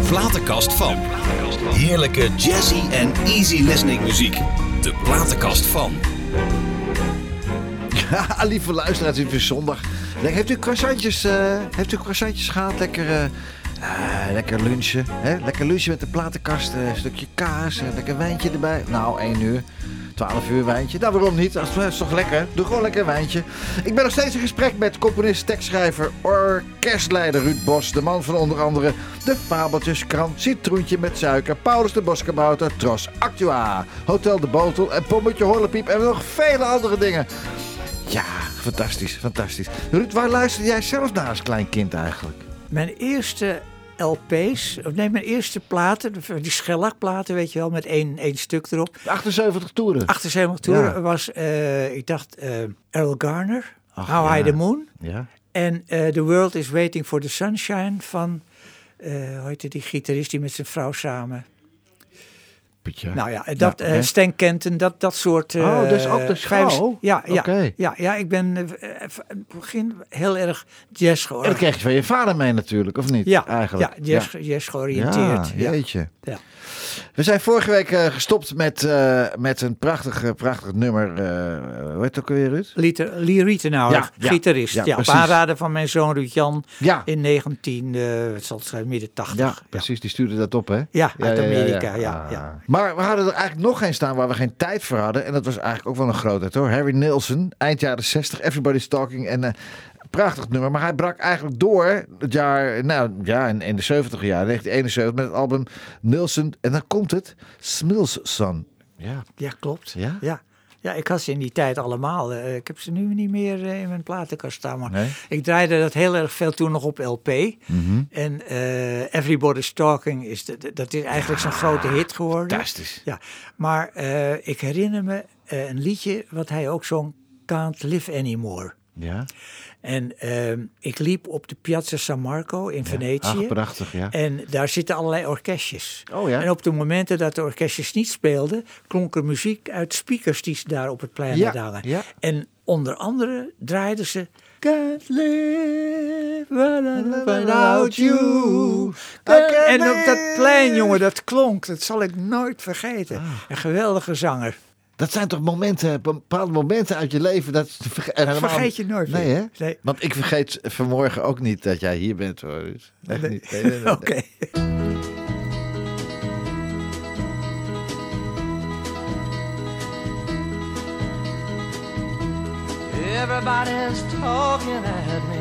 platenkast van. Heerlijke jazzy en easy listening muziek. De platenkast van. Ja, lieve luisteraars, het is zondag. Heeft u croissantjes gehad? Lekker lunchen. Hè? Lekker lunchen met de platenkast. Een stukje kaas, lekker wijntje erbij. Nou, 1 uur. 12 uur wijntje. Nou, waarom niet? Dat is toch lekker? Doe gewoon lekker een wijntje. Ik ben nog steeds in gesprek met componist, tekstschrijver, orkestleider Ruud Bos. De man van onder andere de Fabeltjeskrant, Citroentje met suiker, Paulus de Boskabouter, Tros Actua, Hotel de Botel en Pommetje Horlepiep en nog vele andere dingen. Ja, fantastisch, fantastisch. Ruud, waar luisterde jij zelf naar als klein kind eigenlijk? Mijn eerste LP's, mijn eerste platen, die schellakplaten, weet je wel, met één stuk erop. 78 toeren. 78 toeren was, ik dacht, Earl Garner, How High the Moon. Ja. En The World is Waiting for the Sunshine van, hoe heette die gitarist die met zijn vrouw samen... Ja. Nou ja, Stan Kenton, dat soort... dus ook de schouw? Ja, ik ben begin heel erg jazz gehoord. En dat kreeg je van je vader mee natuurlijk, of niet? Ja, eigenlijk. Ja, jazz georiënteerd. Ja, jeetje. Ja. We zijn vorige week gestopt met een prachtig nummer. Hoe heet het ook weer, Ruud? Lee Ritenour, gitarist. Ja, op aanraden van mijn zoon Ruud Jan in 19, het zal het zijn, midden 80. Ja, precies. Die stuurde dat op, hè? Ja, uit Amerika, ja. Maar we hadden er eigenlijk nog geen staan waar we geen tijd voor hadden. En dat was eigenlijk ook wel een grootheid, hoor. Harry Nilsson, eind jaren 60, Everybody's Talking. En prachtig nummer, maar hij brak eigenlijk door het jaar, in de 70 jaar, 1971, met het album Nilsson. En dan komt het, Smills Son. Ja, klopt. Ja, ik had ze in die tijd allemaal. Ik heb ze nu niet meer in mijn platenkast staan. Maar ik draaide dat heel erg veel toen nog op LP. Mm-hmm. En Everybody's Talking, dat is eigenlijk zo'n grote hit geworden. Fantastisch. Ja, maar ik herinner me een liedje wat hij ook zong, Can't Live Anymore. Ja. En ik liep op de Piazza San Marco in Venetië. Ach, prachtig, ja. En daar zitten allerlei orkestjes. Oh, ja. En op de momenten dat de orkestjes niet speelden, klonk er muziek uit speakers die daar op het plein hadden hangen. Ja. En onder andere draaiden ze Can't live without you. En op dat plein, jongen, dat klonk. Dat zal ik nooit vergeten. Een geweldige zanger. Dat zijn toch bepaalde momenten uit je leven. Dat vergeet je nooit. Nee, hè? Nee. Want ik vergeet vanmorgen ook niet dat jij hier bent, hoor. Echt niet. Nee. Oké. Everybody's talking at me.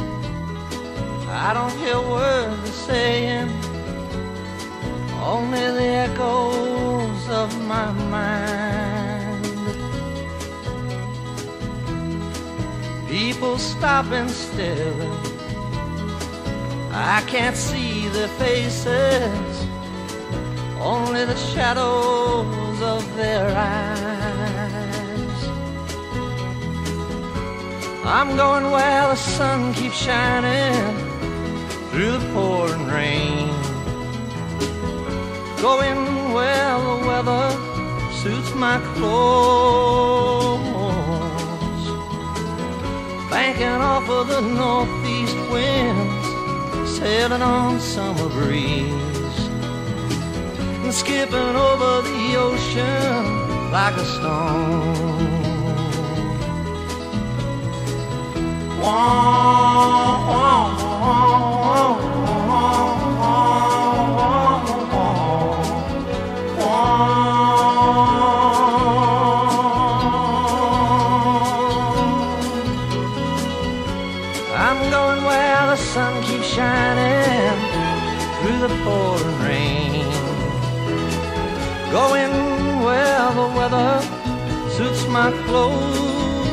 I don't hear words they're saying. Only the echoes of my mind. People stopping still. I can't see their faces. Only the shadows of their eyes. I'm going where the sun keeps shining through the pouring rain. Going where the weather suits my clothes. Banking off of the northeast winds, sailing on summer breeze, and skipping over the ocean like a stone. Wah, wah, wah, wah, I'm going where the sun keeps shining through the pouring rain. Going where the weather suits my clothes.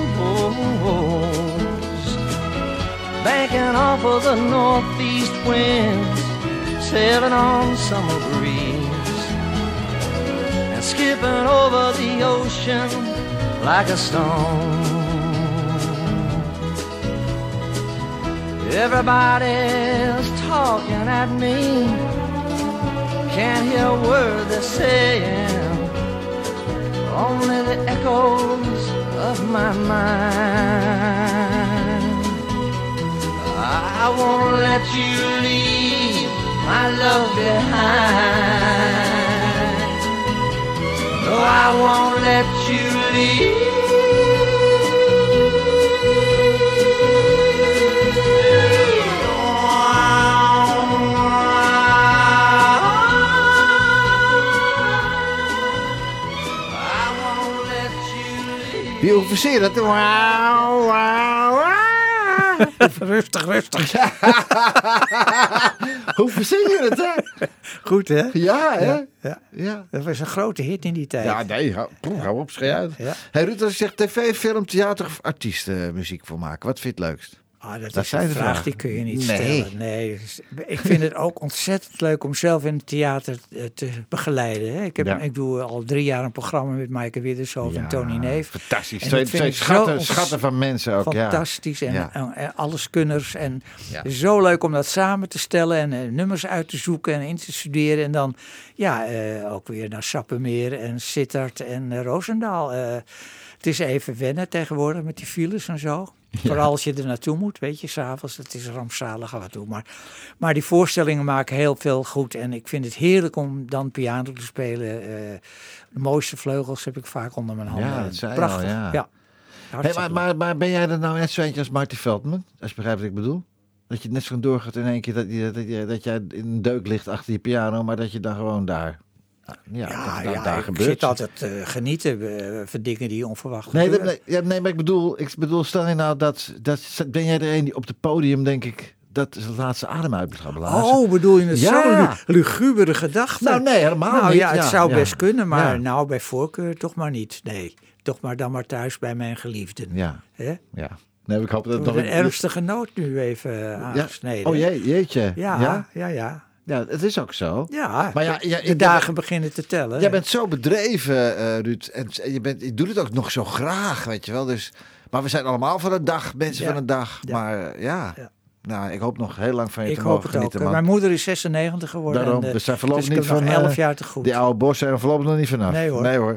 Banking off of the northeast winds, sailing on summer breeze, and skipping over the ocean like a stone. Everybody's talking at me, can't hear a word they're saying, only the echoes of my mind. I won't let you leave my love behind. No, I won't let you leave. Hoe verzeer dat? Wauw, wauw, wauw. Rustig. Hoe verzin je het, hè? Goed, hè? Ja, hè? Ja. Dat was een grote hit in die tijd. Ja, nee, hou op, schei uit. Ja. Hey Ruud, als je zegt tv, film, theater of artiesten muziek voor maken, wat vind je het leukst? Dat is een vraag die kun je niet stellen. Nee, ik vind het ook ontzettend leuk om zelf in het theater te begeleiden. Hè. Ik doe al 3 jaar een programma met Maaike Widdershoofd en Tony Neef. Fantastisch. Twee schatten van mensen ook. Fantastisch en alleskunners. En zo leuk om dat samen te stellen en nummers uit te zoeken en in te studeren. En dan ook weer naar Sappemeer en Sittard en Roosendaal. Het is even wennen tegenwoordig met die files en zo. Ja. Vooral als je er naartoe moet, weet je, 's avonds. Het is rampzalig af en toe. Maar die voorstellingen maken heel veel goed. En ik vind het heerlijk om dan piano te spelen. De mooiste vleugels heb ik vaak onder mijn handen. Ja, dat zei prachtig. Al, ja. Hey, maar ben jij er nou net zo eentje als Marty Feldman? Als je begrijpt wat ik bedoel? Dat je net zo doorgaat in één keer dat jij in een deuk ligt achter je piano, maar dat je dan gewoon daar... daar ik gebeurt. zit altijd genieten van dingen die onverwacht gebeuren. Nee, maar ik bedoel, stel je nou dat ben jij er een die op het podium, denk ik, dat is de laatste adem uit gaat blazen. Oh, bedoel je het zo'n lugubere gedachte? Nou, nee, helemaal niet. Ja, het zou best kunnen, maar bij voorkeur toch maar niet. Nee, toch maar dan maar thuis bij mijn geliefden. Ja. Hè? Ja. Nee, ik hoop dat nog een ernstige noot nu even aangesneden. Oh jeetje. Ja. Ja, het is ook zo. Ja, maar de dagen beginnen te tellen. Jij bent zo bedreven, Ruud. En je doet het ook nog zo graag, weet je wel. Dus, maar we zijn allemaal van een dag, mensen van een dag. Ja. Maar nou, ik hoop nog heel lang van je te mogen genieten. Ook. Man. Mijn moeder is 96 geworden. Daarom, en, we zijn voorlopig dus niet van 11 jaar te goed. Die oude bos zijn we voorlopig nog niet vanaf. Nee hoor.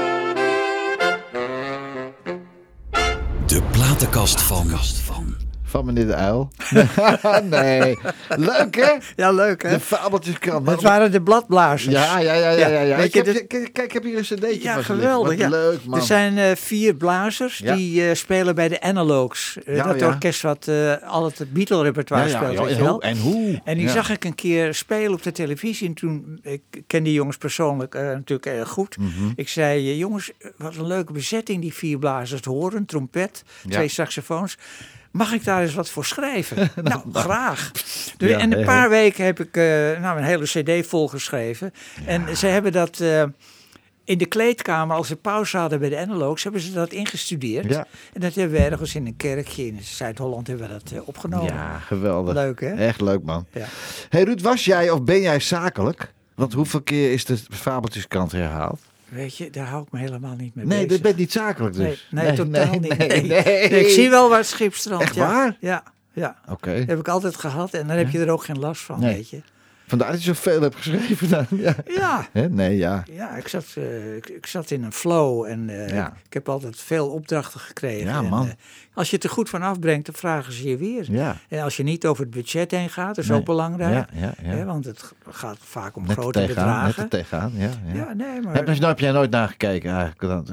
platenkast van Van meneer de Uil. Nee. Leuk, hè? Ja, leuk, hè? De Fabeltjeskrant. Dat waren de bladblazers. Ja. Weet je, Kijk, ik heb hier een cd'tje Ja, van ze geweldig. liggen. Wat Ja. leuk, man. Er zijn 4 blazers die spelen bij de Analogues. Dat orkest wat al het Beatle-repertoire speelt. Weet je wel. En hoe? En die zag ik een keer spelen op de televisie. En toen, ik ken die jongens persoonlijk natuurlijk erg goed. Mhm. Ik zei, jongens, wat een leuke bezetting, die 4 blazers. Horen, trompet, 2 saxofoons. Mag ik daar eens wat voor schrijven? Nou, graag. Dus, en een paar weken heb ik een hele cd volgeschreven. Ja. En ze hebben dat in de kleedkamer, als ze pauze hadden bij de Analogues, hebben ze dat ingestudeerd. Ja. En dat hebben we ergens in een kerkje in Zuid-Holland hebben we dat opgenomen. Ja, geweldig. Leuk, hè? Echt leuk, man. Ja. Hey Ruud, was jij of ben jij zakelijk? Want hoeveel keer is de Fabeltjeskrant herhaald? Weet je, daar hou ik me helemaal niet mee bezig. Nee, dat bent niet zakelijk dus. Nee, totaal niet. Nee, ik zie wel waar het schip strandt. Echt waar? Ja. Oké. Dat heb ik altijd gehad en dan heb je er ook geen last van, weet je. Vandaar dat je zoveel hebt geschreven dan. Ja. Nee, ja. Ja, ik zat in een flow en ik heb altijd veel opdrachten gekregen. Ja, man. En, als je het er goed van afbrengt, dan vragen ze je weer. Ja. En als je niet over het budget heen gaat, dat is ook belangrijk. Ja. Want het gaat vaak om grote bedragen. Net er tegenaan, ja. Nee, maar... Heb jij nooit nagekeken eigenlijk?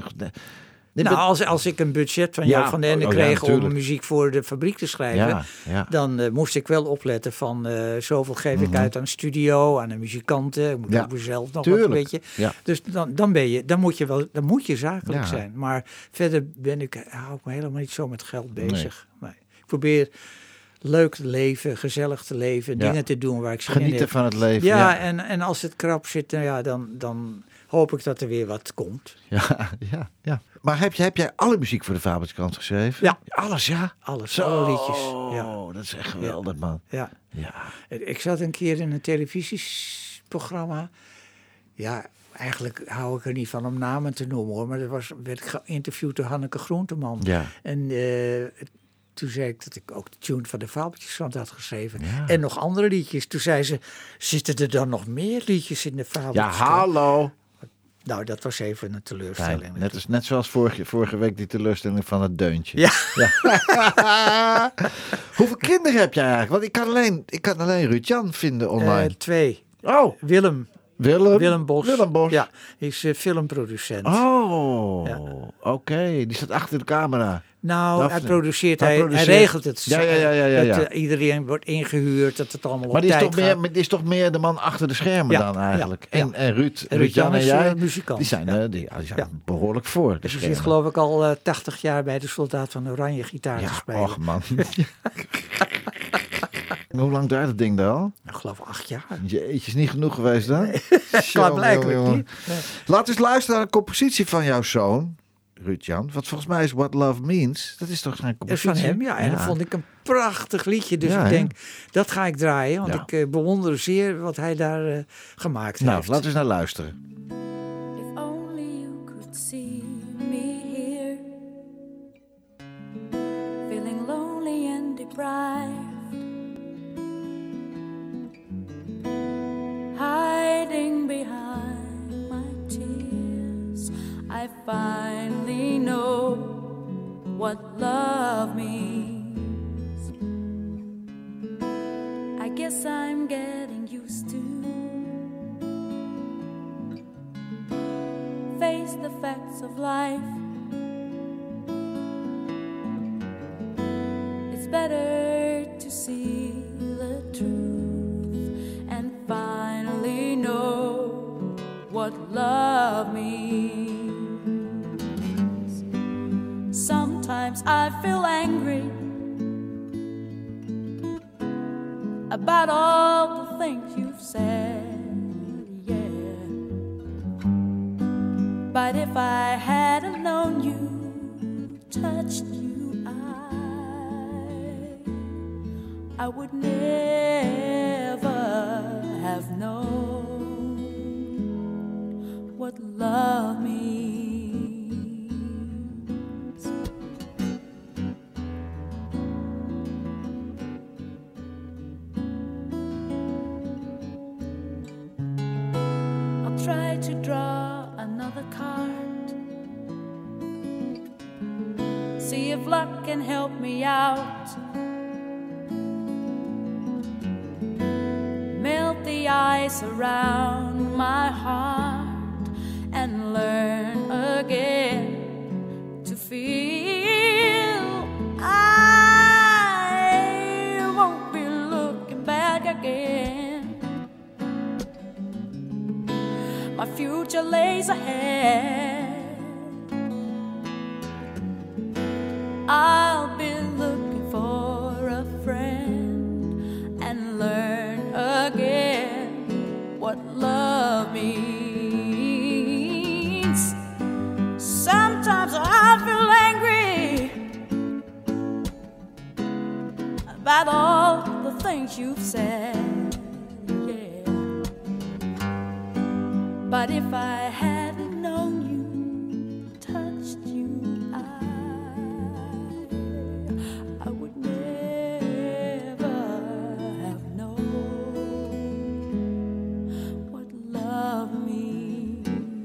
Als ik een budget van jou van de ende kreeg om muziek voor de fabriek te schrijven, dan moest ik wel opletten van zoveel geef ik uit aan de studio, aan de muzikanten, ik moet ook mezelf nog wat een beetje. Ja. Dus dan moet je zakelijk zijn. Maar verder hou ik me helemaal niet zo met geld bezig. Nee. Ik probeer leuk te leven, gezellig te leven, dingen te doen waar ik zin in heb. Genieten van het leven. Ja. En als het krap zit, dan hoop ik dat er weer wat komt. Ja. Maar heb jij alle muziek voor de Fabeltjeskrant geschreven? Ja. Alles, ja? Alles, alle liedjes. Oh, dat is echt geweldig, man. Ja. Ik zat een keer in een televisieprogramma. Ja, eigenlijk hou ik er niet van om namen te noemen, hoor. Maar werd ik geïnterviewd door Hanneke Groenteman. Ja. En toen zei ik dat ik ook de tune van de Fabeltjeskrant had geschreven. Ja. En nog andere liedjes. Toen zei ze, zitten er dan nog meer liedjes in de Fabeltjeskrant? Ja, hallo. Nou, dat was even een teleurstelling. Ja, net zoals vorige week die teleurstelling van het deuntje. Ja. Hoeveel kinderen heb jij eigenlijk? Want ik kan alleen Ruud-Jan vinden online. 2. Oh. Willem Bos. Willem Bos. Ja, hij is filmproducent. Oh, oké. Die staat achter de camera. Nou, hij produceert, hij regelt het. Ja. Dat iedereen wordt ingehuurd, dat het allemaal maar op tijd gaat. Maar die is toch meer de man achter de schermen dan eigenlijk. Ja. En Ruud-Jan en jij, muzikant. Die zijn behoorlijk voor de schermen. Je zit geloof ik al 80 jaar bij de Soldaat van Oranje gitaar te spelen. Och man. Hoe lang draait het ding dan al? Ik geloof 8 jaar. Jeetje, is niet genoeg geweest dan? Nee. Klaarblijkelijk niet. Nee. Laat eens luisteren naar een compositie van jouw zoon, Ruud-Jan. Want volgens mij is What Love Means, dat is toch zijn compositie? Dat is van hem, ja. En dat vond ik een prachtig liedje. Dus ik denk, dat ga ik draaien. Want ik bewonder zeer wat hij daar gemaakt heeft. Nou, laten we eens naar luisteren. If only you could see me here, feeling lonely and deprived, hiding behind my tears, I finally know what love means. I guess I'm getting used to face the facts of life. It's better to see the truth and finally know what love means. Sometimes I feel angry about all the things you've said, yeah. But if I hadn't known you, touched you, I would never have known what love means. I'll try to draw another card, see if luck can help me out. ice around my heart and learn again to feel. I won't be looking back again. My future lays ahead. I'll be looking for a friend and learn again what love means. Sometimes I feel angry about all the things you've said, yeah. But if I hadn't known you, touched you, I would never have known what love means.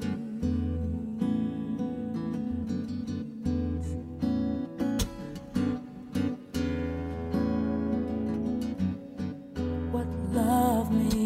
What love means.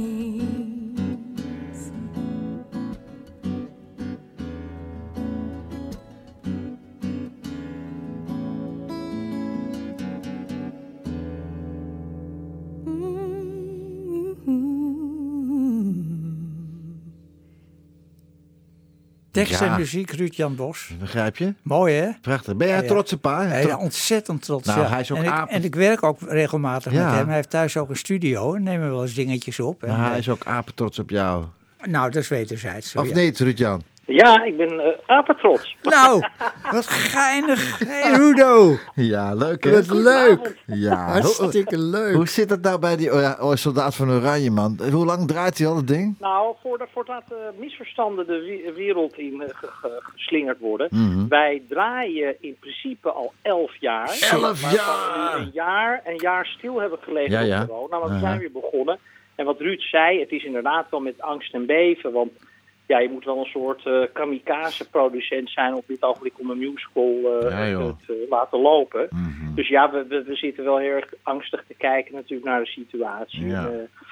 Tekst en Ja. muziek, Ruud-Jan Bos. Begrijp je? Mooi, hè? Prachtig. Ben jij trots op pa? Ja, ontzettend trots. Nou, ja. hij is ook en ik werk ook regelmatig Ja. met hem. Hij heeft thuis ook een studio en nemen wel eens dingetjes op. En, Maar hij is ook apetrots op jou. nou, dat is wederzijds. Zo, Of ja. niet, Ruud-Jan? Ja, ik ben apetrots. Nou, wat geinig. Hey, Rudo. Ja, leuk hè? Wat leuk. Ja. Hartstikke leuk. Hoe zit het nou bij die Soldaat van Oranje, man? Hoe lang draait hij al dat ding? Nou, voordat misverstanden de wereld in geslingerd worden. Wij draaien in principe al 11 jaar. 11 waarvan we nu een jaar stil hebben gelegen Ja, ja. op corona. Want we zijn weer begonnen. En wat Ruud zei, het is inderdaad wel met angst en beven. Want ja, je moet wel een soort kamikaze-producent zijn op dit ogenblik om een musical te laten lopen. Dus ja, we zitten wel heel erg angstig te kijken natuurlijk naar de situatie. Ja.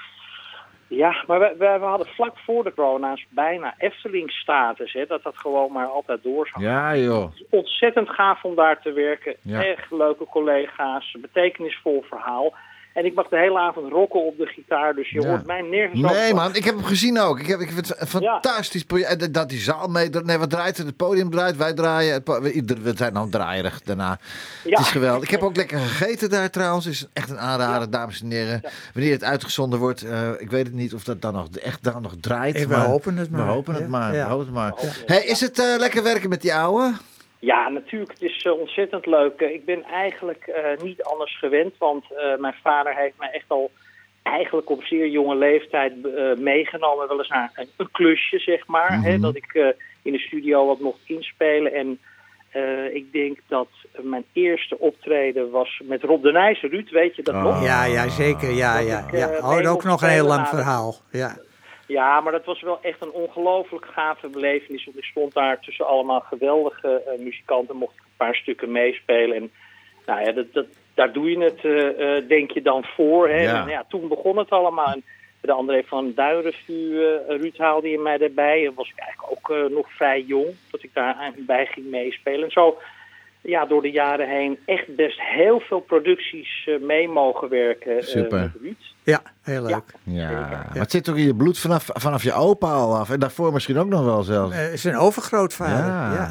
Ja, maar we hadden vlak voor de corona's bijna Efteling-status. Hè, dat gewoon maar altijd door zou gaan. Ja, joh. Het is ontzettend gaaf om daar te werken. Ja. Echt leuke collega's, betekenisvol verhaal. En ik mag de hele avond rocken op de gitaar, dus je hoort mij nergens over. Nee, man, ik heb hem gezien ook. Ik heb het een fantastisch project. Dat die zaal mee... Nee, wat draait het? Het podium draait, wij draaien. We zijn dan draaierig daarna. Ja. Het is geweldig. Ik heb ook lekker gegeten daar trouwens. Het is echt een aanrader, dames en heren. Wanneer het uitgezonden wordt, ik weet het niet of dat dan nog echt dan nog draait. We hopen het maar. We hopen het maar. Ja. We hopen het maar. Hey, is het lekker werken met die ouwe? Ja, natuurlijk. Het is ontzettend leuk. Ik ben eigenlijk niet anders gewend, want mijn vader heeft mij echt al eigenlijk op zeer jonge leeftijd meegenomen. Wel eens naar een klusje, zeg maar. Hè, dat ik in de studio wat mocht inspelen. En ik denk dat mijn eerste optreden was met Rob de Nijs. Ruud, weet je dat nog? Ja, zeker. Ja. Oh, ook nog een heel lang verhaal. Ja. Ja, maar dat was wel echt een ongelooflijk gave belevenis. Want ik stond daar tussen allemaal geweldige muzikanten. Mocht ik een paar stukken meespelen. En nou ja, daar doe je het, denk je dan voor. Hè? Ja. En, ja, toen begon het allemaal. En de André van Duinrevue, Ruud haalde je mij erbij. En was ik eigenlijk ook nog vrij jong. Dat ik daarbij ging meespelen. En zo, ja, door de jaren heen echt best heel veel producties mee mogen werken. Super. Met Ruud. Ja, heel leuk. Ja. Maar het zit toch in je bloed vanaf je opa al af. En daarvoor misschien ook nog wel zelfs. Zijn overgrootvader.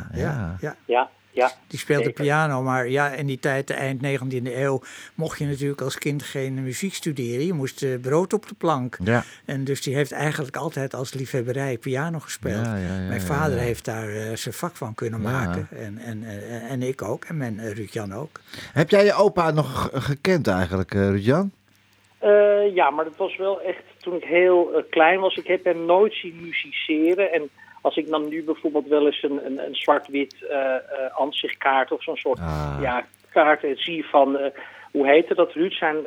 Ja. Ja. Die speelde zeker. piano, maar ja, in die tijd, de eind 19e eeuw, mocht je natuurlijk als kind geen muziek studeren. Je moest brood op de plank. Ja. En dus die heeft eigenlijk altijd als liefhebberij piano gespeeld. Ja, mijn vader heeft daar zijn vak van kunnen Ja. maken. En ik ook. En mijn Ruud-Jan ook. Heb jij je opa nog gekend eigenlijk, Ruud-Jan? Ja, maar dat was wel echt toen ik heel klein was. Ik heb hem nooit zien musiceren. En als ik dan nu bijvoorbeeld wel eens een zwart-wit ansichtkaart of zo'n soort kaart zie van, hoe heette dat, Ruud? Zijn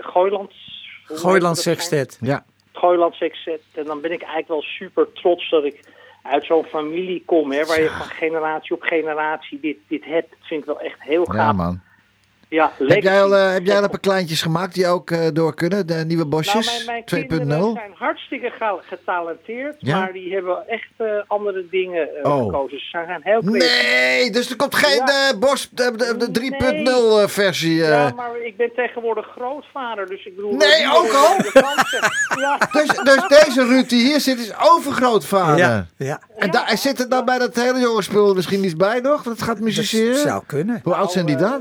Gooiland Sextet. Ja. Gooiland Sextet. En dan ben ik eigenlijk wel super trots dat ik uit zo'n familie kom, hè, waar je van generatie op generatie dit hebt. Dat vind ik wel echt heel gaaf. Ja, man. Ja, Heb jij al een paar kleintjes gemaakt die ook door kunnen? De nieuwe bosjes? Nou, mijn 2.0? kinderen zijn hartstikke getalenteerd, Ja? maar die hebben echt andere dingen gekozen. Ze zijn heel creatief. Nee, dus er komt geen de 3.0 versie. Ja, maar ik ben tegenwoordig grootvader, dus ik bedoel... Nee, ook al? Ja. Dus deze Ruud die hier zit is overgrootvader. Ja. En zit er dan bij dat hele jonge spul misschien iets bij nog? Want het gaat musiceren? Dat zou kunnen. Hoe oud zijn die dan?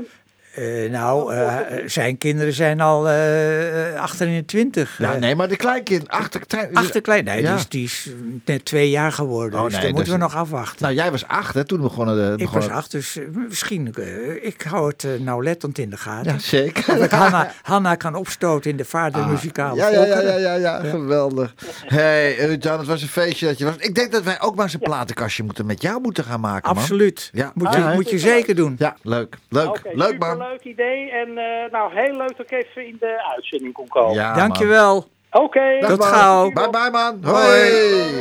Zijn kinderen zijn al 28. Ja, nee, maar de kleinkind. Achterklein. Nee, Ja. die is net 2 jaar geworden. Dus dat moeten we nog afwachten. Nou, jij was 8 hè, toen begonnen. Ik was 8, dus misschien... ik hou het nauwlettend in de gaten. Ja, zeker. Of ik Hanna kan opstoten in de vadermuzikale Ja, geweldig. Hey, Ruud-Jan, het was een feestje dat je was. Ik denk dat wij ook maar eens een platenkastje met jou moeten gaan maken, man. Absoluut. Ja. Moet je zeker doen. Ja, leuk, Oké, leuk man. leuk idee. En heel leuk dat ik even in de uitzending kon komen. Ja, Dankjewel. Oké. Tot gauw. Bye bye man. Hoi. Hoi.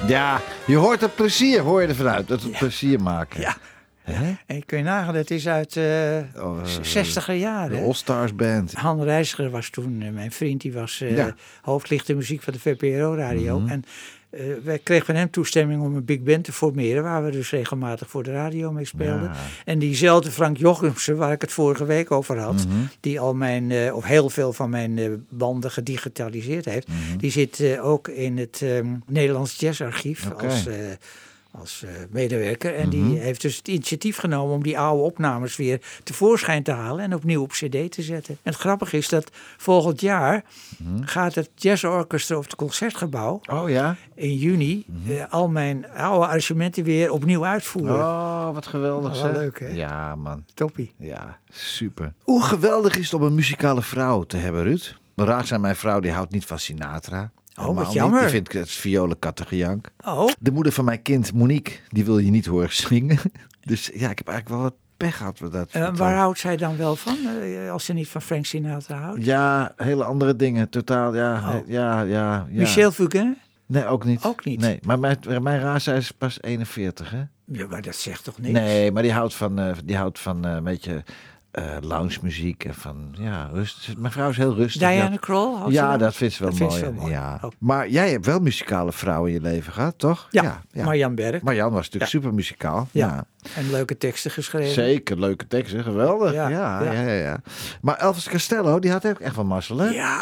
Ja, je hoort het plezier, hoor je er vanuit. Dat het plezier maken. Ja. Hè? En kun je nagaan, het is uit 60er jaren. De All Stars Band. Han Reiziger was toen mijn vriend. Die was hoofdlichte muziek van de VPRO-radio. En wij kregen van hem toestemming om een big band te formeren. Waar we dus regelmatig voor de radio mee speelden. Ja. En diezelfde Frank Jochemsen, waar ik het vorige week over had. Die al of heel veel van mijn banden gedigitaliseerd heeft. Die zit ook in het Nederlands Jazzarchief als medewerker. En die heeft dus het initiatief genomen om die oude opnames weer tevoorschijn te halen en opnieuw op cd te zetten. En het grappige is dat volgend jaar gaat het Jazzorchester op het Concertgebouw in juni al mijn oude arrangementen weer opnieuw uitvoeren. Oh, wat geweldig. Wel leuk, hè? Ja, man. Toppie. Ja, super. Hoe geweldig is het om een muzikale vrouw te hebben, Ruud? Raad zijn mijn vrouw, die houdt niet van Sinatra. Wat jammer. Die vindt het violen kattengejank. Oh. De moeder van mijn kind, Monique, die wil je niet horen zingen. Dus ja, ik heb eigenlijk wel wat pech gehad met dat. Waar houdt zij dan wel van, als ze niet van Frank Sinatra houdt? Ja, hele andere dingen. Totaal, ja. Michel Fugain? Nee, ook niet. Ook niet? Nee, maar mijn Raza is pas 41, hè? Ja, maar dat zegt toch niks? Nee, maar die houdt van een beetje lounge muziek en van rust. Mijn vrouw is heel rustig. Diana Krall? Ja, dat vindt ze wel mooi. Ja. Oh. Maar jij hebt wel muzikale vrouwen in je leven gehad, toch? Ja. Marjan Berg. Marjan was natuurlijk super muzikaal. Ja. En leuke teksten geschreven. Zeker, leuke teksten, geweldig. Ja. Maar Elvis Costello, die had ook echt van mazzel, hè? Ja.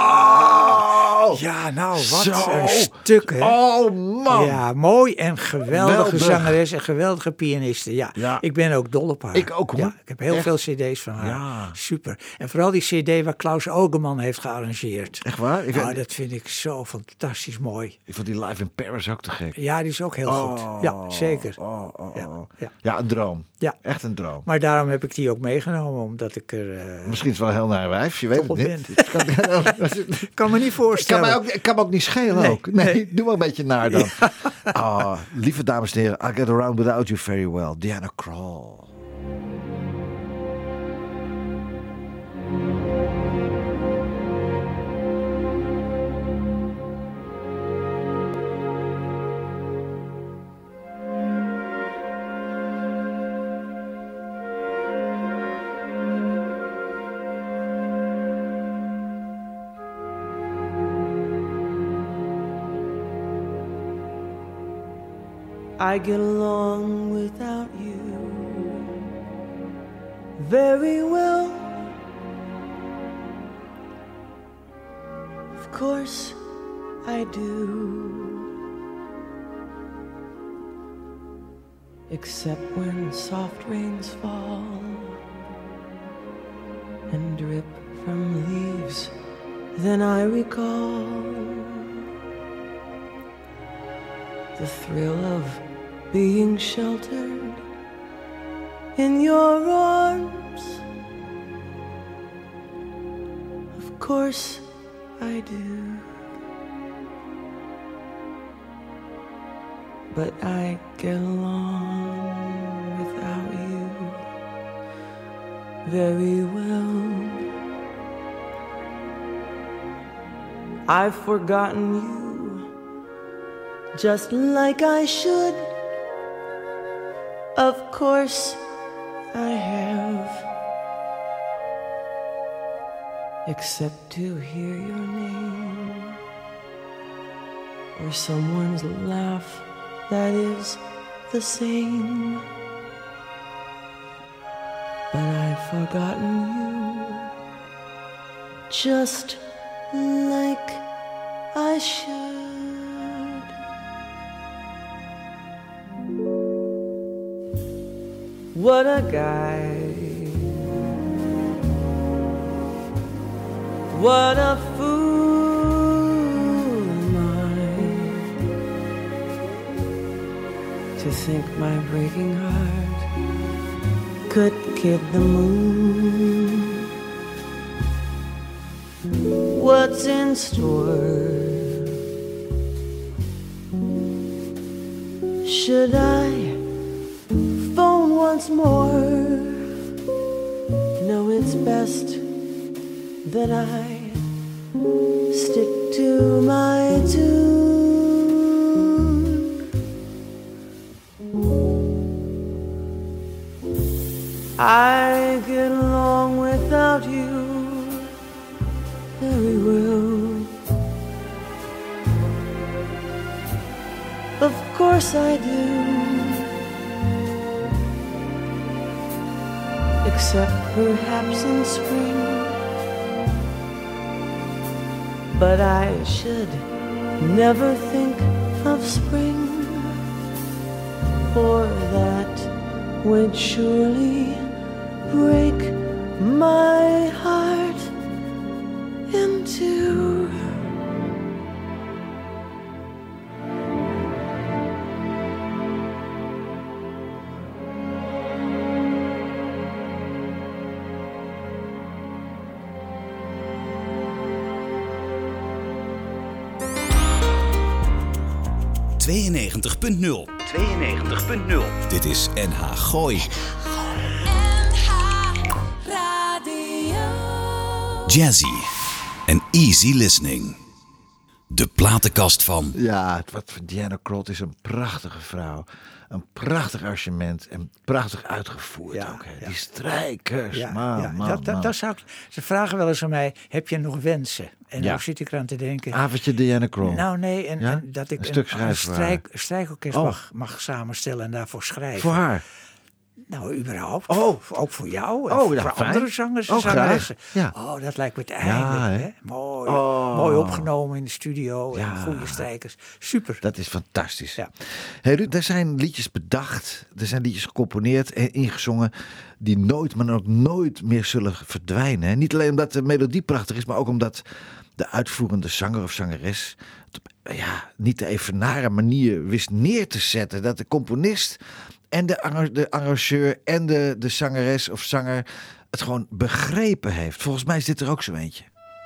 Zo! Ja, nou, wat een stuk, hè? Oh, man! Ja, mooi en geweldige zangeres en geweldige pianiste. Ja, ik ben ook dol op haar. Ik ook, hoor. Ja, ik heb heel veel cd's van haar. Ja. Super. En vooral die cd waar Klaus Ogeman heeft gearrangeerd. Echt waar? Dat vind ik zo fantastisch mooi. Ik vond die Live in Paris ook te gek. Ja, die is ook heel goed. Ja, zeker. Ja, een droom. Ja. Echt een droom. Maar daarom heb ik die ook meegenomen, omdat ik er... Misschien is het wel heel naar wijf, je weet het niet. Kan me niet voorstellen. Kan me ook niet schelen ook. Nee, doe maar een beetje naar dan. Lieve dames en heren, I Get Around Without You Very Well. Diana Krall. I get along without you very well. Of course I do. Except when soft rains fall and drip from leaves, then I recall the thrill of being sheltered in your arms. Of course I do. But I get along without you very well. I've forgotten you just like I should. Of course I have, except to hear your name or someone's laugh that is the same. But I've forgotten you just like I should. What a guy, what a fool am I to think my breaking heart could kid the moon. What's in store? Should I phone once more? No, it's best that I stick to my tune. course I do. Except perhaps in spring. But I should never think of spring, for that would surely break my heart in two. Dit is NH Gooi. Jazzy en easy listening. De platenkast van... Ja, wat voor Diana Krall is een prachtige vrouw. Een prachtig arrangement en prachtig uitgevoerd ook. Hè. Die strijkers, man. Ze vragen wel eens aan mij, heb je nog wensen? En nou zit ik eraan te denken... Avondje Diana Krall. Nou nee, en dat ik een strijkorkest mag samenstellen en daarvoor schrijven. Voor haar? Nou, überhaupt. Ook voor jou. En voor andere zangers en zangeressen. Ja. Dat lijkt me het einde. Hè? Mooi opgenomen in de studio. En goede strijkers. Super. Dat is fantastisch. Ja. Hey, Ruud, er zijn liedjes bedacht. Er zijn liedjes gecomponeerd en ingezongen. Die nooit, maar ook nooit meer zullen verdwijnen. Hè? Niet alleen omdat de melodie prachtig is. Maar ook omdat de uitvoerende zanger of zangeres op niet te evenaren manier wist neer te zetten. Dat de componist... En de arrangeur en de zangeres of zanger het gewoon begrepen heeft. Volgens mij is dit er ook zo eentje.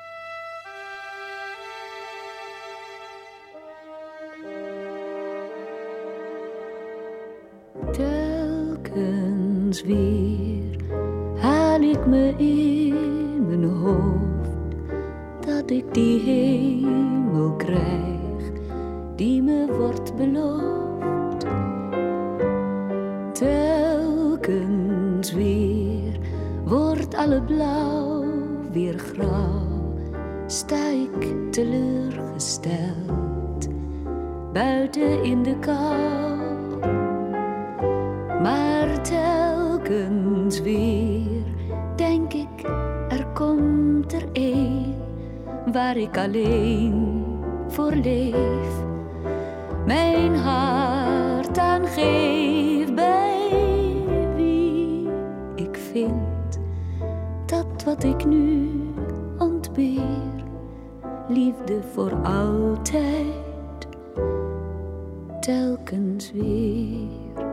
Telkens weer haal ik me in mijn hoofd dat ik die hemel krijg die me wordt beloofd. Telkens weer wordt alle blauw weer grauw, sta ik teleurgesteld buiten in de kou. Maar telkens weer denk ik, er komt er één waar ik alleen voor leef, mijn hart aan geef bij wie ik vind dat wat ik nu ontbeer, liefde voor altijd, telkens weer.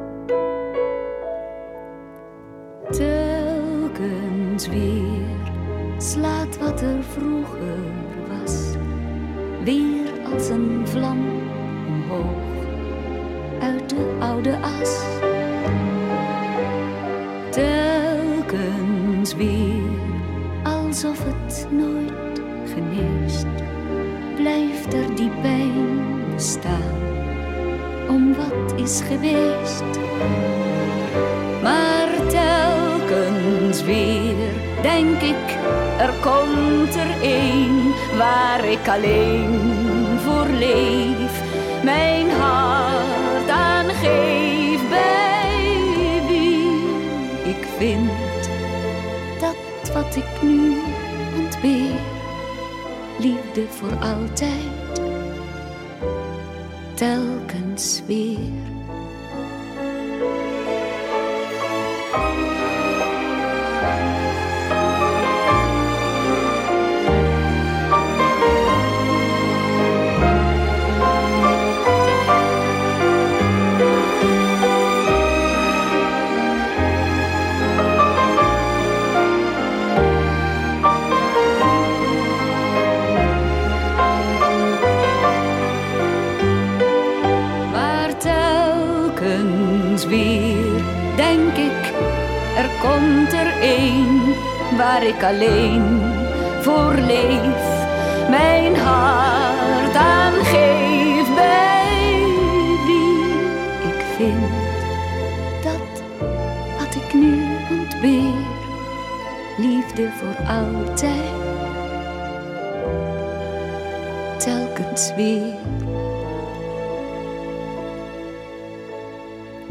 Telkens weer slaat wat er vroeger was weer als een vlam omhoog uit de oude as. Telkens weer alsof het nooit geneest, blijft er die pijn bestaan om wat is geweest. Maar telkens weer denk ik, er komt er één waar ik alleen voor leef, mijn hart aan geef bij wie ik vind dat wat ik nu ontbeer, liefde voor altijd, telkens weer. Weer denk ik, er komt er één waar ik alleen voor leef, mijn hart aan geef bij wie ik vind dat wat ik nu ontbeer, liefde voor altijd, telkens weer.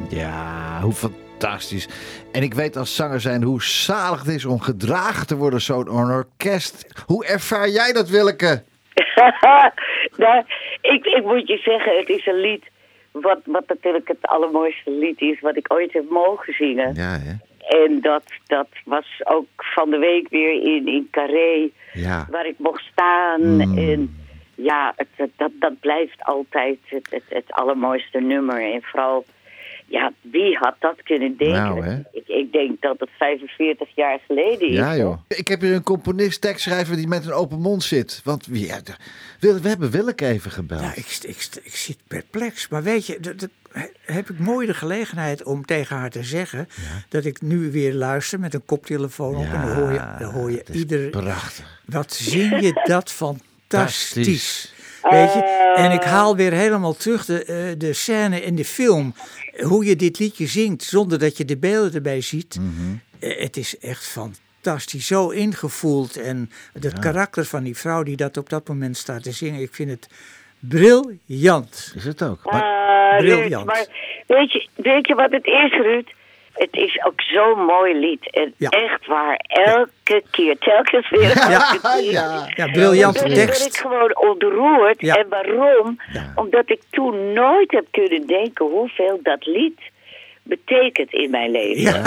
Ja, hoe fantastisch. En ik weet als zanger zijn hoe zalig het is om gedragen te worden zo'n orkest. Hoe ervaar jij dat, Willeke? Nou, ik moet je zeggen, het is een lied wat natuurlijk het allermooiste lied is wat ik ooit heb mogen zingen. Ja, hè? En dat was ook van de week weer in Carré, waar ik mocht staan. En ja, dat blijft altijd het allermooiste nummer. En vooral, ja, wie had dat kunnen denken? Nou, ik denk dat het 45 jaar geleden is. Ja, joh. Ik heb hier een componist, tekstschrijver die met een open mond zit. Want we hebben Willeke even gebeld. Ja, ik zit perplex. Maar weet je, heb ik mooi de gelegenheid om tegen haar te zeggen dat ik nu weer luister met een koptelefoon op. En dan hoor je ieder... Prachtig. Wat zing je dat fantastisch. Weet je? En ik haal weer helemaal terug de scène in de film. Hoe je dit liedje zingt zonder dat je de beelden erbij ziet. Mm-hmm. Het is echt fantastisch. Zo ingevoeld. En het karakter van die vrouw die dat op dat moment staat te zingen. Ik vind het briljant. Is het ook? Briljant. Maar weet je wat het is, Ruud? Het is ook zo'n mooi lied. En echt waar, elke keer, telkens weer. Ja, briljante tekst. Dan ben ik gewoon ontroerd. Ja. En waarom? Ja. Omdat ik toen nooit heb kunnen denken hoeveel dat lied betekent in mijn leven.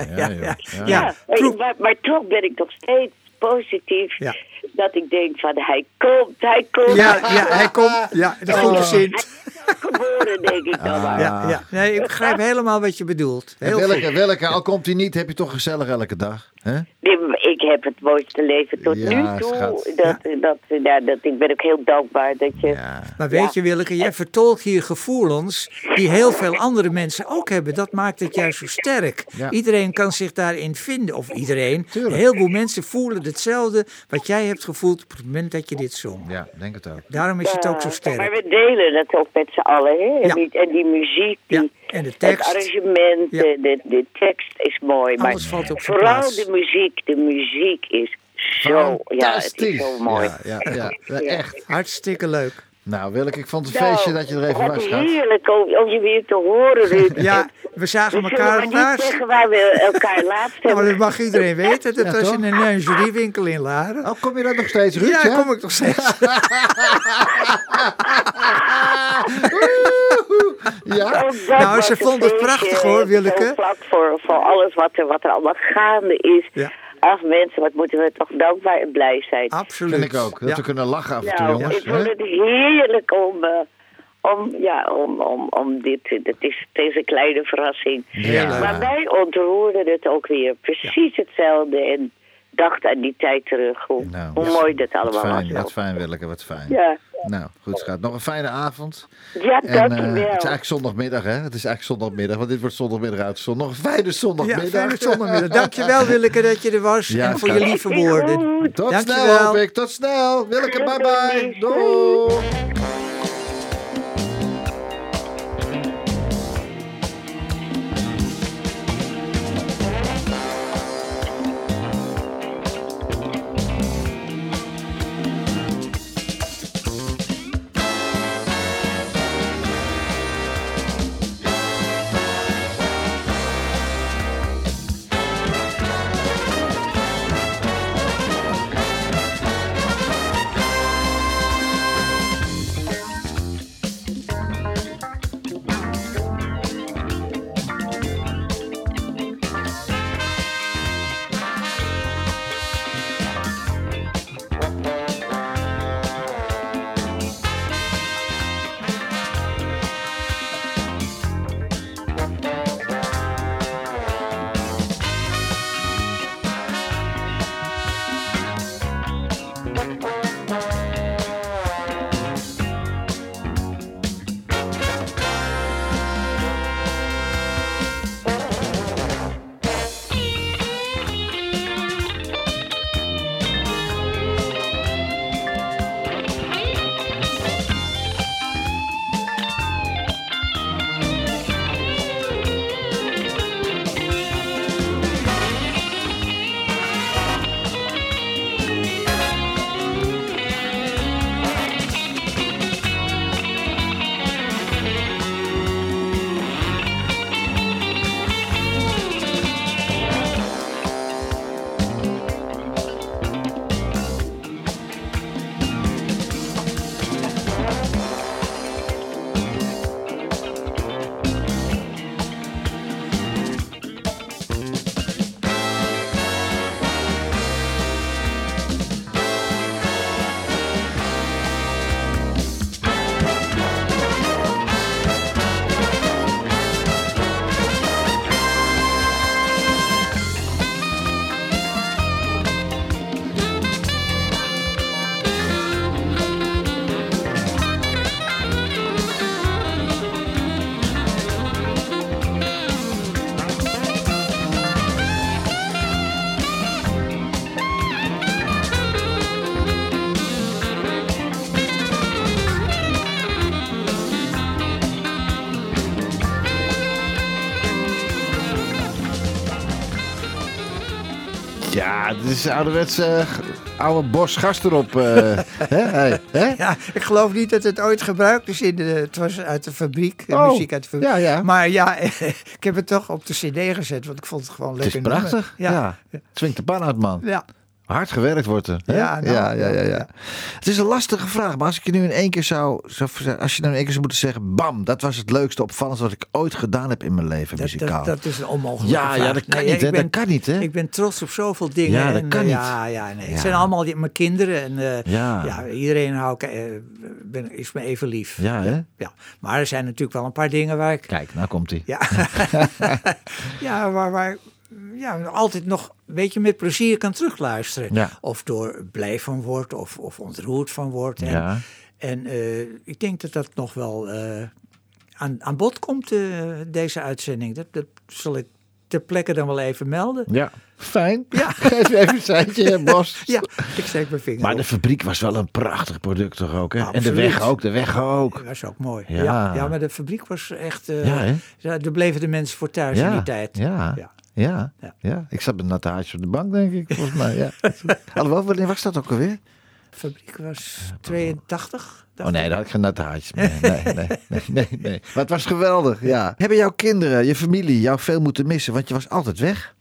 Maar toch ben ik nog steeds positief. Ja. Dat ik denk van, hij komt. Ja, hij komt. Ja, de goede zin. Geboren, denk ik dan maar. Ja. Nee, ik begrijp helemaal wat je bedoelt. Welke, al komt hij niet, heb je toch gezellig elke dag? Hè? Ik heb het mooiste leven tot nu toe. Ik ben ook heel dankbaar dat je... Ja. Maar weet je, Willeke, jij vertolkt hier gevoelens die heel veel andere mensen ook hebben. Dat maakt het juist zo sterk. Ja. Iedereen kan zich daarin vinden. Of iedereen. Tuurlijk. Heel veel mensen voelen hetzelfde wat jij hebt gevoeld op het moment dat je dit zong. Ja, denk het ook. Daarom is het ook zo sterk. Maar we delen het ook met z'n allen. Hè? Ja. En die muziek, en de tekst. Het arrangement, de tekst is mooi. Alles valt op zijn vooral plaats. De muziek is zo, het is zo mooi. Ja, echt. Hartstikke leuk. Nou, Willeke, ik vond het een feestje dat je er even was. Heerlijk om je weer te horen, Ruud. Ja, we zagen elkaar niet zeggen waar we elkaar laatst hebben. Nou, dat mag iedereen weten. Dat was in een lingeriewinkel in Laren. Oh, kom je daar nog steeds, Ruud? Ja, kom ik nog steeds. Nou, ze vond het prachtig hoor, Willeke. Vlak voor alles wat er allemaal gaande is. Ja. Ach mensen, wat moeten we toch dankbaar en blij zijn. Absoluut. Vind ik ook. Dat we kunnen lachen af en toe, jongens. Ik vond het heerlijk om dit. Het is deze kleine verrassing. Ja. Maar wij ontroerden het ook weer. Precies hetzelfde. En dachten aan die tijd terug. Hoe mooi dat allemaal was. Wat fijn, Willeke, wat fijn. Ja. Nou, goed schat. Nog een fijne avond. Ja, dankjewel. Het is eigenlijk zondagmiddag, hè? Het is eigenlijk zondagmiddag, want dit wordt zondagmiddag uitgezonden. Nog een fijne zondagmiddag. Ja, fijne zondagmiddag. Dankjewel, Willeke, dat je er was. En voor je lieve woorden. Tot snel, hoop ik. Tot snel. Willeke, bye-bye. Doei. is ouderwetse oude bos gas erop. Hè? Ja, ik geloof niet dat het ooit gebruikt is. Het was uit de fabriek, muziek uit de fabriek. Ja. Maar ja, ik heb het toch op de cd gezet, want ik vond het gewoon lekker. Het is prachtig. Ja. Het swingt de pan uit, man. Ja. Hard gewerkt wordt er. Hè? Ja. Het is een lastige vraag, maar als ik je nu in één keer zou moeten zeggen, bam, dat was het leukste, opvallendste wat ik ooit gedaan heb in mijn leven, muzikaal. Dat is een onmogelijke vraag. Ja, dat kan niet, hè? Dat kan niet, hè? Ik ben trots op zoveel dingen. Ja, dat kan niet. Het zijn allemaal mijn kinderen en iedereen is me even lief. Ja, hè? Ja. Maar er zijn natuurlijk wel een paar dingen waar ik... Kijk, nou komt hij. Ja, waar altijd nog een beetje met plezier kan terugluisteren. Ja. Of door blij van wordt of ontroerd van wordt. En ik denk dat dat nog wel aan bod komt, deze uitzending. Dat zal ik ter plekke dan wel even melden. Ja, fijn. Ja. Geef even een seintje, Bos. Ja, ik steek mijn vinger Maar op. de fabriek was wel een prachtig product toch ook, hè? Absoluut. En de weg ook. Dat was ook mooi. Ja. Ja, maar de fabriek was echt... hè? Daar bleven de mensen voor thuis in die tijd. Ja. Ik zat met natte haartjes op de bank, denk ik, volgens mij. Ja. Alhoewel, wanneer was dat ook alweer? De fabriek was 82. Oh nee, daar had ik geen natte haartjes mee. Nee. Maar het was geweldig, ja. Hebben jouw kinderen, je familie jou veel moeten missen? Want je was altijd weg.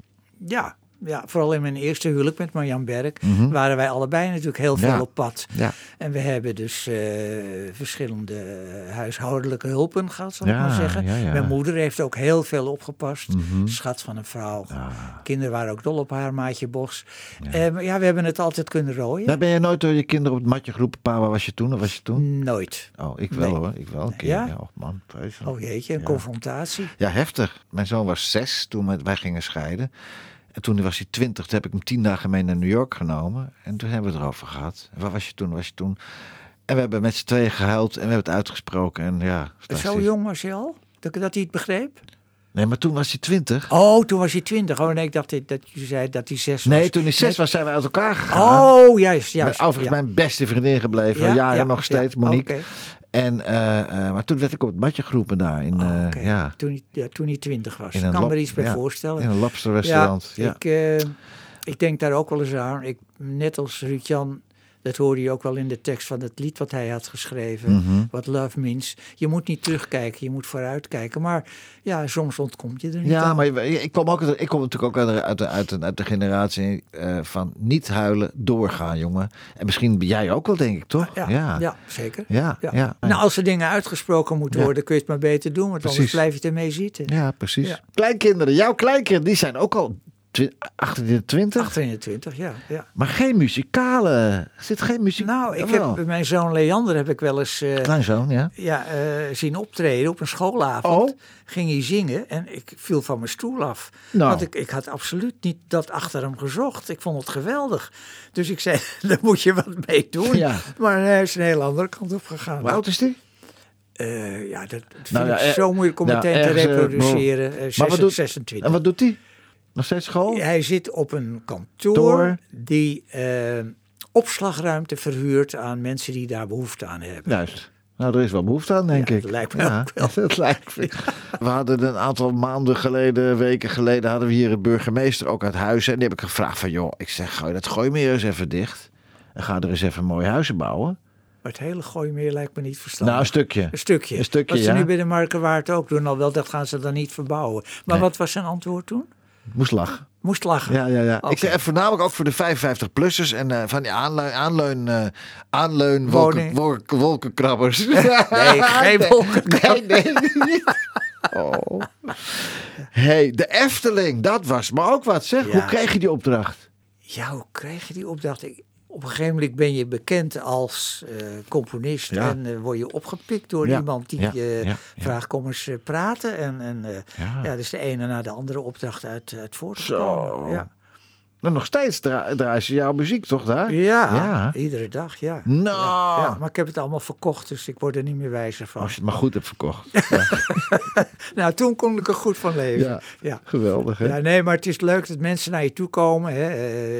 Ja, vooral in mijn eerste huwelijk met Marjan Berg waren wij allebei natuurlijk heel veel op pad. Ja. En we hebben dus verschillende huishoudelijke hulpen gehad, zal ik maar zeggen. Ja. Mijn moeder heeft ook heel veel opgepast. Schat van een vrouw. Kinderen waren ook dol op haar, Maatje Bos. Ja. We hebben het altijd kunnen rooien. Daar ben je nooit door je kinderen op het matje geroepen? Pa, waar was je toen? Of was je toen? Nooit. Oh, ik wel hoor. Ik wel een keer. Ja? Oh man, vreselijk. Oh jeetje, een confrontatie. Ja, heftig. Mijn zoon was 6 toen wij gingen scheiden. En toen was hij 20, toen heb ik hem 10 dagen mee naar New York genomen. En toen hebben we het erover gehad. En waar was je toen? En we hebben met z'n tweeën gehuild en we hebben het uitgesproken. En ja, zo jong was je al? Dat hij het begreep? Nee, maar toen was hij 20. Oh, toen was hij 20. Oh nee, ik dacht dat je zei dat hij 6 was. Nee, toen hij 6 was zijn we uit elkaar gegaan. Oh, juist. Overigens mijn beste vriendin gebleven. Jaren nog steeds, Monique. Okay. En, maar toen werd ik op het matje geroepen daar. Toen hij 20 was. Ik kan me er iets bij voorstellen. In een lobsterrestaurant. Ja. Ik denk daar ook wel eens aan. Net als Ruud-Jan, dat hoorde je ook wel in de tekst van het lied wat hij had geschreven. What Love Means. Je moet niet terugkijken, je moet vooruitkijken. Maar ja, soms ontkomt je er niet aan. Maar ik kom natuurlijk ook uit de generatie van niet huilen, doorgaan, jongen. En misschien ben jij ook wel, denk ik, toch? Ja, zeker. Ja. Nou, als er dingen uitgesproken moeten worden, kun je het maar beter doen. Want anders blijf je ermee zitten. Ja, precies. Ja. Kleinkinderen, jouw kleinkinderen, die zijn ook al 28? 28, ja. Maar geen muzikale. Er zit geen muziek. Nou, ik heb mijn zoon Leander heb ik wel eens kleinzoon, zien optreden op een schoolavond. Ging hij zingen en ik viel van mijn stoel af. Nou. Want ik had absoluut niet dat achter hem gezocht. Ik vond het geweldig. Dus ik zei, daar moet je wat mee doen. Ja. Maar hij is een heel andere kant op gegaan. Hoe oud is die? Dat vind ik zo moeilijk om meteen te reproduceren. 26. En wat doet hij? Nog steeds school? Hij zit op een kantoor die opslagruimte verhuurt aan mensen die daar behoefte aan hebben. Juist. Nou, er is wel behoefte aan, denk ik. Dat lijkt me ook wel. Dat lijkt me. We hadden een aantal weken geleden, hadden we hier een burgemeester ook uit Huizen. En die heb ik gevraagd van, joh, ik zeg, gooi meer eens even dicht. En ga er eens even mooie huizen bouwen. Maar het hele Gooimeer lijkt me niet verstandig. Nou, een stukje. Wat ze nu bij de Markerwaard ook doen, al wel, dat gaan ze dan niet verbouwen. Maar wat was zijn antwoord toen? Moest lachen. Ja. Okay. Ik zeg voornamelijk ook voor de 55-plussers en van die aanleun wolkenkrabbers. Nee, geen wolkenkrabbers. Nee. Oh. Hey, de Efteling, dat was maar ook wat, zeg. Ja. Hoe kreeg je die opdracht? Ja, hoe kreeg je die opdracht? Op een gegeven moment ben je bekend als componist en word je opgepikt door iemand die vraagt, kom eens praten. En dus de ene na de andere opdracht uit voortgekomen. Ja. Maar nog steeds draaien ze jouw muziek toch daar? Ja, iedere dag, ja. Nou. Ja, maar ik heb het allemaal verkocht, dus ik word er niet meer wijzer van. Als je het maar goed hebt verkocht. Nou, toen kon ik er goed van leven. Ja. Geweldig, hè? Ja, nee, maar het is leuk dat mensen naar je toe komen. Hè?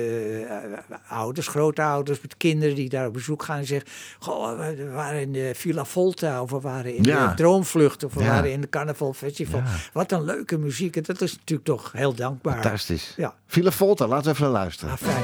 Ouders, grootouders met kinderen die daar op bezoek gaan en zeggen, goh, we waren in de Villa Volta of we waren in de Droomvlucht of we waren in de Carnaval Festival. Ja. Wat een leuke muziek. En dat is natuurlijk toch heel dankbaar. Fantastisch. Ja. Villa Volta, laten we we even luisteren. Fijn.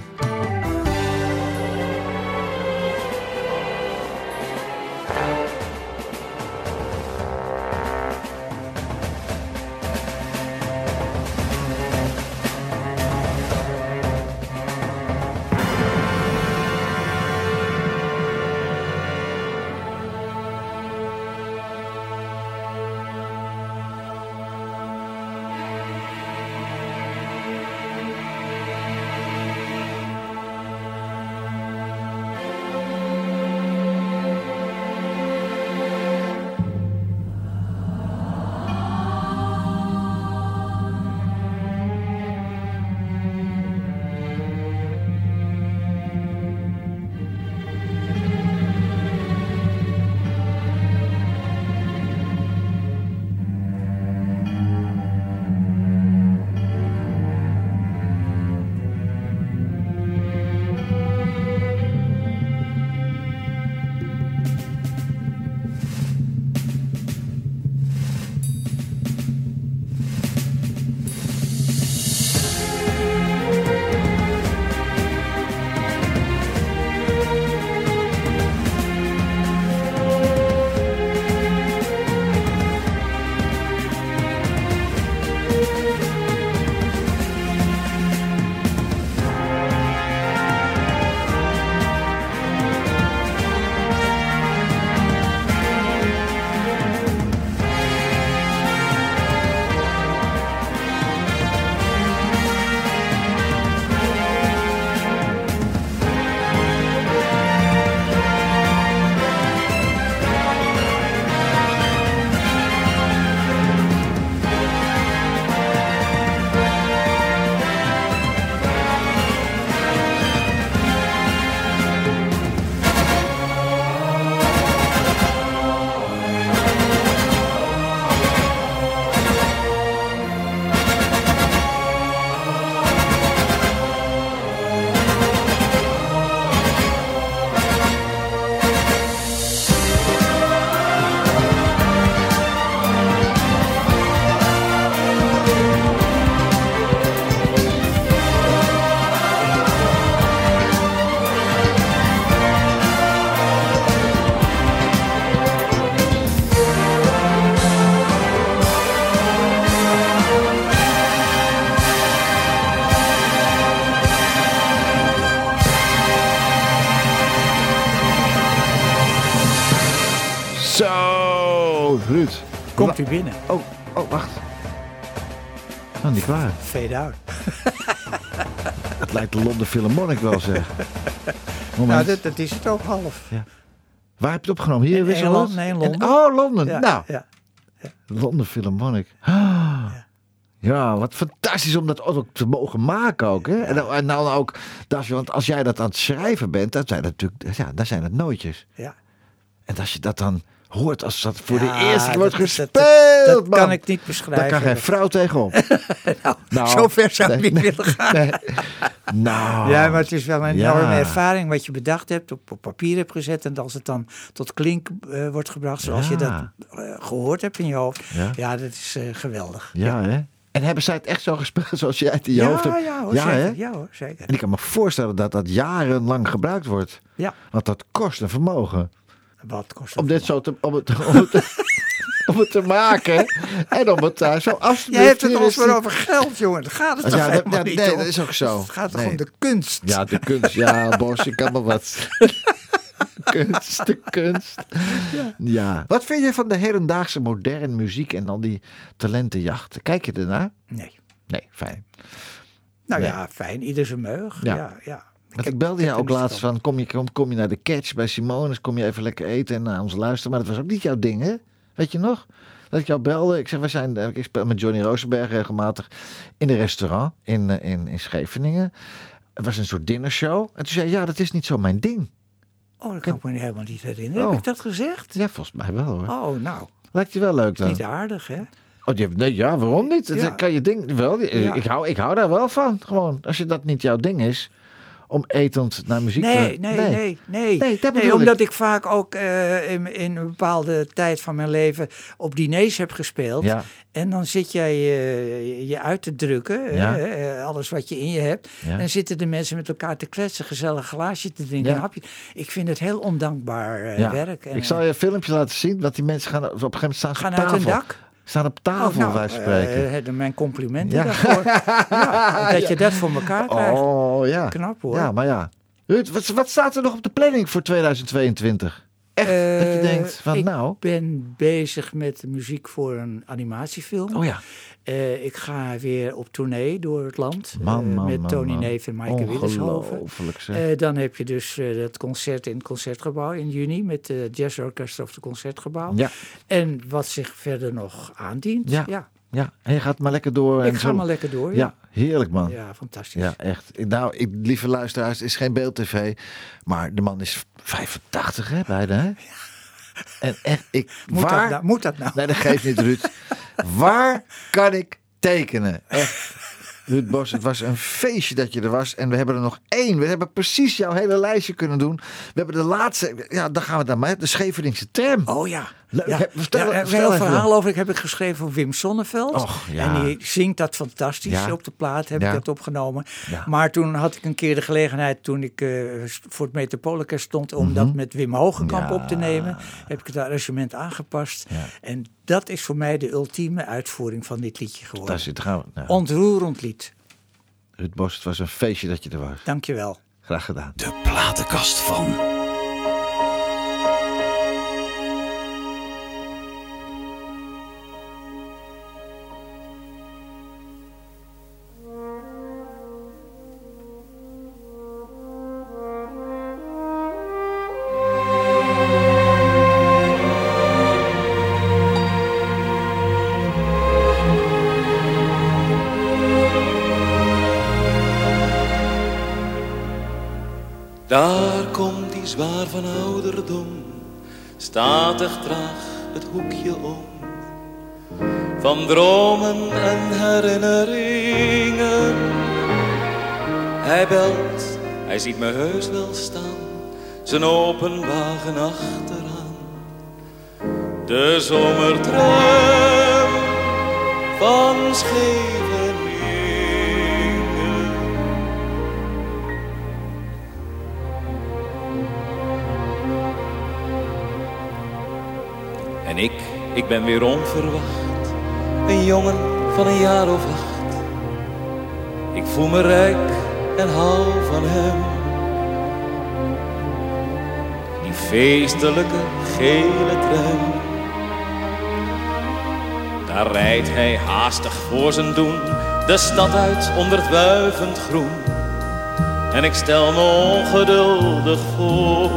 Ruud. Komt u binnen. Oh, wacht. Nou, niet klaar. Fade out. Het lijkt de London Philharmonic wel, zeg. Nou, dat is het ook half. Ja. Waar heb je het opgenomen? Hier in Engeland? Nee, in Londen. Oh, Londen. Ja, nou, ja. London Philharmonic. Ja, wat fantastisch om dat ook te mogen maken ook. Hè? En nou ook, want als jij dat aan het schrijven bent, dan zijn het natuurlijk, dan zijn het nootjes. Ja. En als je dat dan hoort, als dat voor de eerste keer wordt dat gespeeld, dat kan ik niet beschrijven. Daar kan geen vrouw tegenop. nou, zover zou ik niet willen gaan. Nee. Nou. Ja, maar het is wel een enorme ervaring wat je bedacht hebt, op papier hebt gezet. En als het dan tot klink wordt gebracht, zoals je dat gehoord hebt in je hoofd. Ja, dat is geweldig. Ja, hè? En hebben zij het echt zo gespeeld zoals jij het in je hoofd hebt? Ja hoor, zeker. En ik kan me voorstellen dat dat jarenlang gebruikt wordt. Ja. Want dat kost een vermogen. Wat kost om dit zo te... Om het te maken en om het daar zo af te... Jij hebt het ons maar over geld, jongen. Dat gaat het toch helemaal niet om. Nee, dat is ook zo. Het gaat toch om de kunst. Ja, de kunst. Ja, Bos, je kan nog wat. De kunst. Ja. Wat vind je van de hedendaagse moderne muziek en al die talentenjachten? Kijk je ernaar? Nee. Nee, fijn. Nou ja, fijn. Ieder zijn meug. Ja. Want ik belde je ook laatst van, kom je naar de Catch bij Simonis, kom je even lekker eten en naar ons luisteren. Maar dat was ook niet jouw ding, hè? Weet je nog? Dat ik jou belde. Ik zeg, ik speel met Johnny Rosenberg regelmatig in een restaurant in Scheveningen. Het was een soort dinnershow. En toen zei je, dat is niet zo mijn ding. Oh, dat kan ik me helemaal niet herinneren. Heb ik dat gezegd? Ja, volgens mij wel hoor. Oh, nou. Lijkt je wel leuk dan? Niet aardig, hè? Oh, waarom niet? Dat kan je ding wel. Ik hou daar wel van. Gewoon, als je dat niet jouw ding is. om etend naar muziek te... Nee, omdat ik vaak ook in een bepaalde tijd van mijn leven op diners heb gespeeld. Ja. En dan zit jij je uit te drukken, alles wat je in je hebt. Ja. En dan zitten de mensen met elkaar te kletsen, gezellig glaasje te drinken. Ja. Ik vind het heel ondankbaar werk. En, ik zal je een filmpje laten zien, wat die mensen gaan op een gegeven moment staan gaan uit hun dak. Staan op tafel, wij spreken. Mijn complimenten daarvoor. Dat je dat voor elkaar krijgt. Oh ja. Knap hoor. Ja, maar ja. Ruud, wat staat er nog op de planning voor 2022? Echt, dat je denkt van Ik ben bezig met muziek voor een animatiefilm. Oh ja. Ik ga weer op tournee door het land. Met Tony Neef en Maaike Willishoven. Dan heb je dus het concert in het Concertgebouw in juni. Met de Jazz Orchestra of het Concertgebouw. Ja. En wat zich verder nog aandient. Ja, en je gaat maar lekker door. Ik ga maar lekker door, ja. Heerlijk, man. Ja, fantastisch. Ja, echt. Nou, lieve luisteraars, het is geen beeldtv. Maar de man is 85, hè, bijna, hè? Ja. En echt, moet dat nou? Nee, dat geeft niet, Ruud. Waar kan ik tekenen? Echt. Ruud Bos, het was een feestje dat je er was. En we hebben er nog 1. We hebben precies jouw hele lijstje kunnen doen. We hebben de laatste, dan gaan we dan maar. De Scheveningse tram. Oh ja. Leuk. Ja. Vertel een verhaal over. Ik heb geschreven van Wim Sonneveld. Och, ja. En die zingt dat fantastisch op de plaat. Heb ik dat opgenomen. Ja. Maar toen had ik een keer de gelegenheid, toen ik voor het Metropoolorkest stond, om dat met Wim Hogenkamp op te nemen. Heb ik het arrangement aangepast. Ja. En dat is voor mij de ultieme uitvoering van dit liedje geworden. Ontroerend lied. Ruud Bos, het was een feestje dat je er was. Dankjewel. Graag gedaan. De platenkast van... Daar komt die zwaar van ouderdom, statig traag het hoekje om. Van dromen en herinneringen. Hij belt, hij ziet me heus wel staan, zijn open wagen achteraan. De zomertram van Scheveningen. En ik ben weer onverwacht, een jongen van een jaar of 8. Ik voel me rijk en hou van hem. Die feestelijke gele tram. Daar rijdt hij haastig voor zijn doen, de stad uit onder het wuivend groen. En ik stel me ongeduldig voor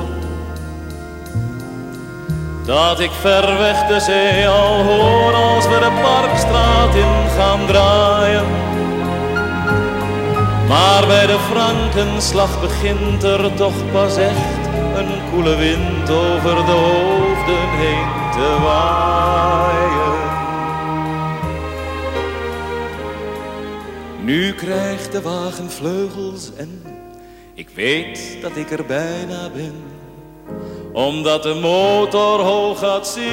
dat ik ver weg de zee al hoor als we de Parkstraat in gaan draaien. Maar bij de Frankenslag begint er toch pas echt een koele wind over de hoofden heen te waaien. Nu krijgt de wagen vleugels en ik weet dat ik er bijna ben. Omdat de motor hoog gaat zingen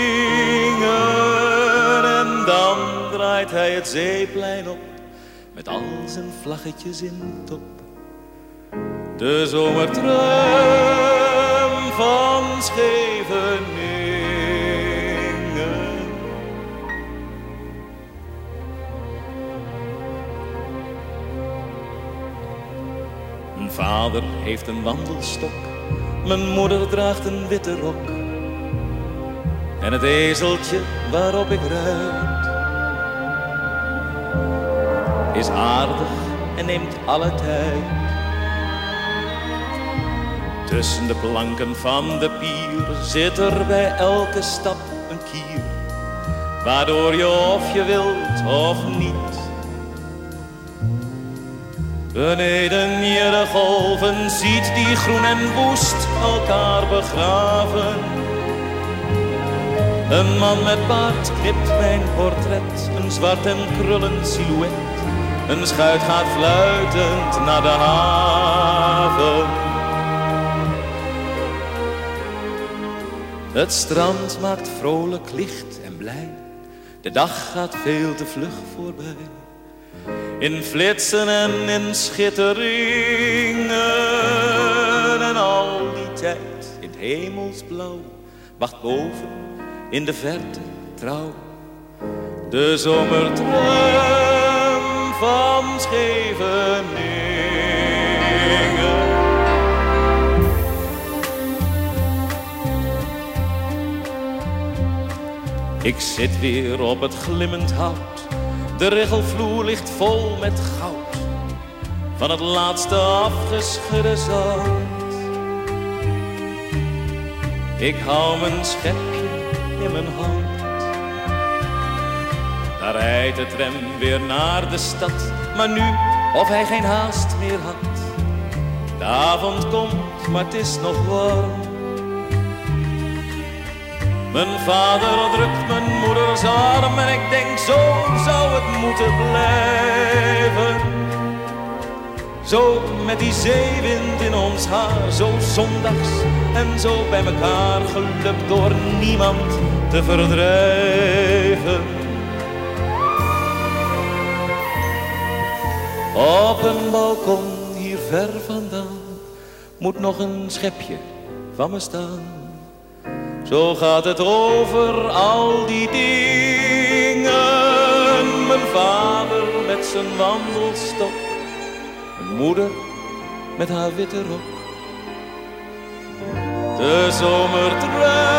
en dan draait hij het zeeplein op met al zijn vlaggetjes in top. De zomertram van Scheveningen. Mijn vader heeft een wandelstok. Mijn moeder draagt een witte rok. En het ezeltje waarop ik rijd is aardig en neemt alle tijd. Tussen de planken van de pier zit er bij elke stap een kier, waardoor je of je wilt of niet beneden je de golven ziet die groen en woest elkaar begraven. Een man met baard knipt mijn portret, een zwart en krullend silhouet Een schuit gaat fluitend naar de haven. Het strand maakt vrolijk licht en blij. De dag gaat veel te vlug voorbij. In flitsen en in schitteringen. En al die tijd in het hemelsblauw wacht boven in de verte trouw de zomertram van Scheveningen. Ik zit weer op het glimmend hout. De riggelvloer ligt vol met goud van het laatste afgeschudde zand. Ik hou mijn schepje in mijn hand. Daar rijdt de tram weer naar de stad. Maar nu, of hij geen haast meer had. De avond komt, maar het is nog warm. Mijn vader drukt mijn moeders arm. En ik denk, zo zou het moeten blijven. Zo met die zeewind in ons haar. Zo zondags en zo bij elkaar. Geluk door niemand te verdrijven. Op een balkon hier ver vandaan moet nog een schepje van me staan. Zo gaat het over al die dingen. Mijn vader met zijn wandelstok. Mijn moeder met haar witte rok. De zomertrein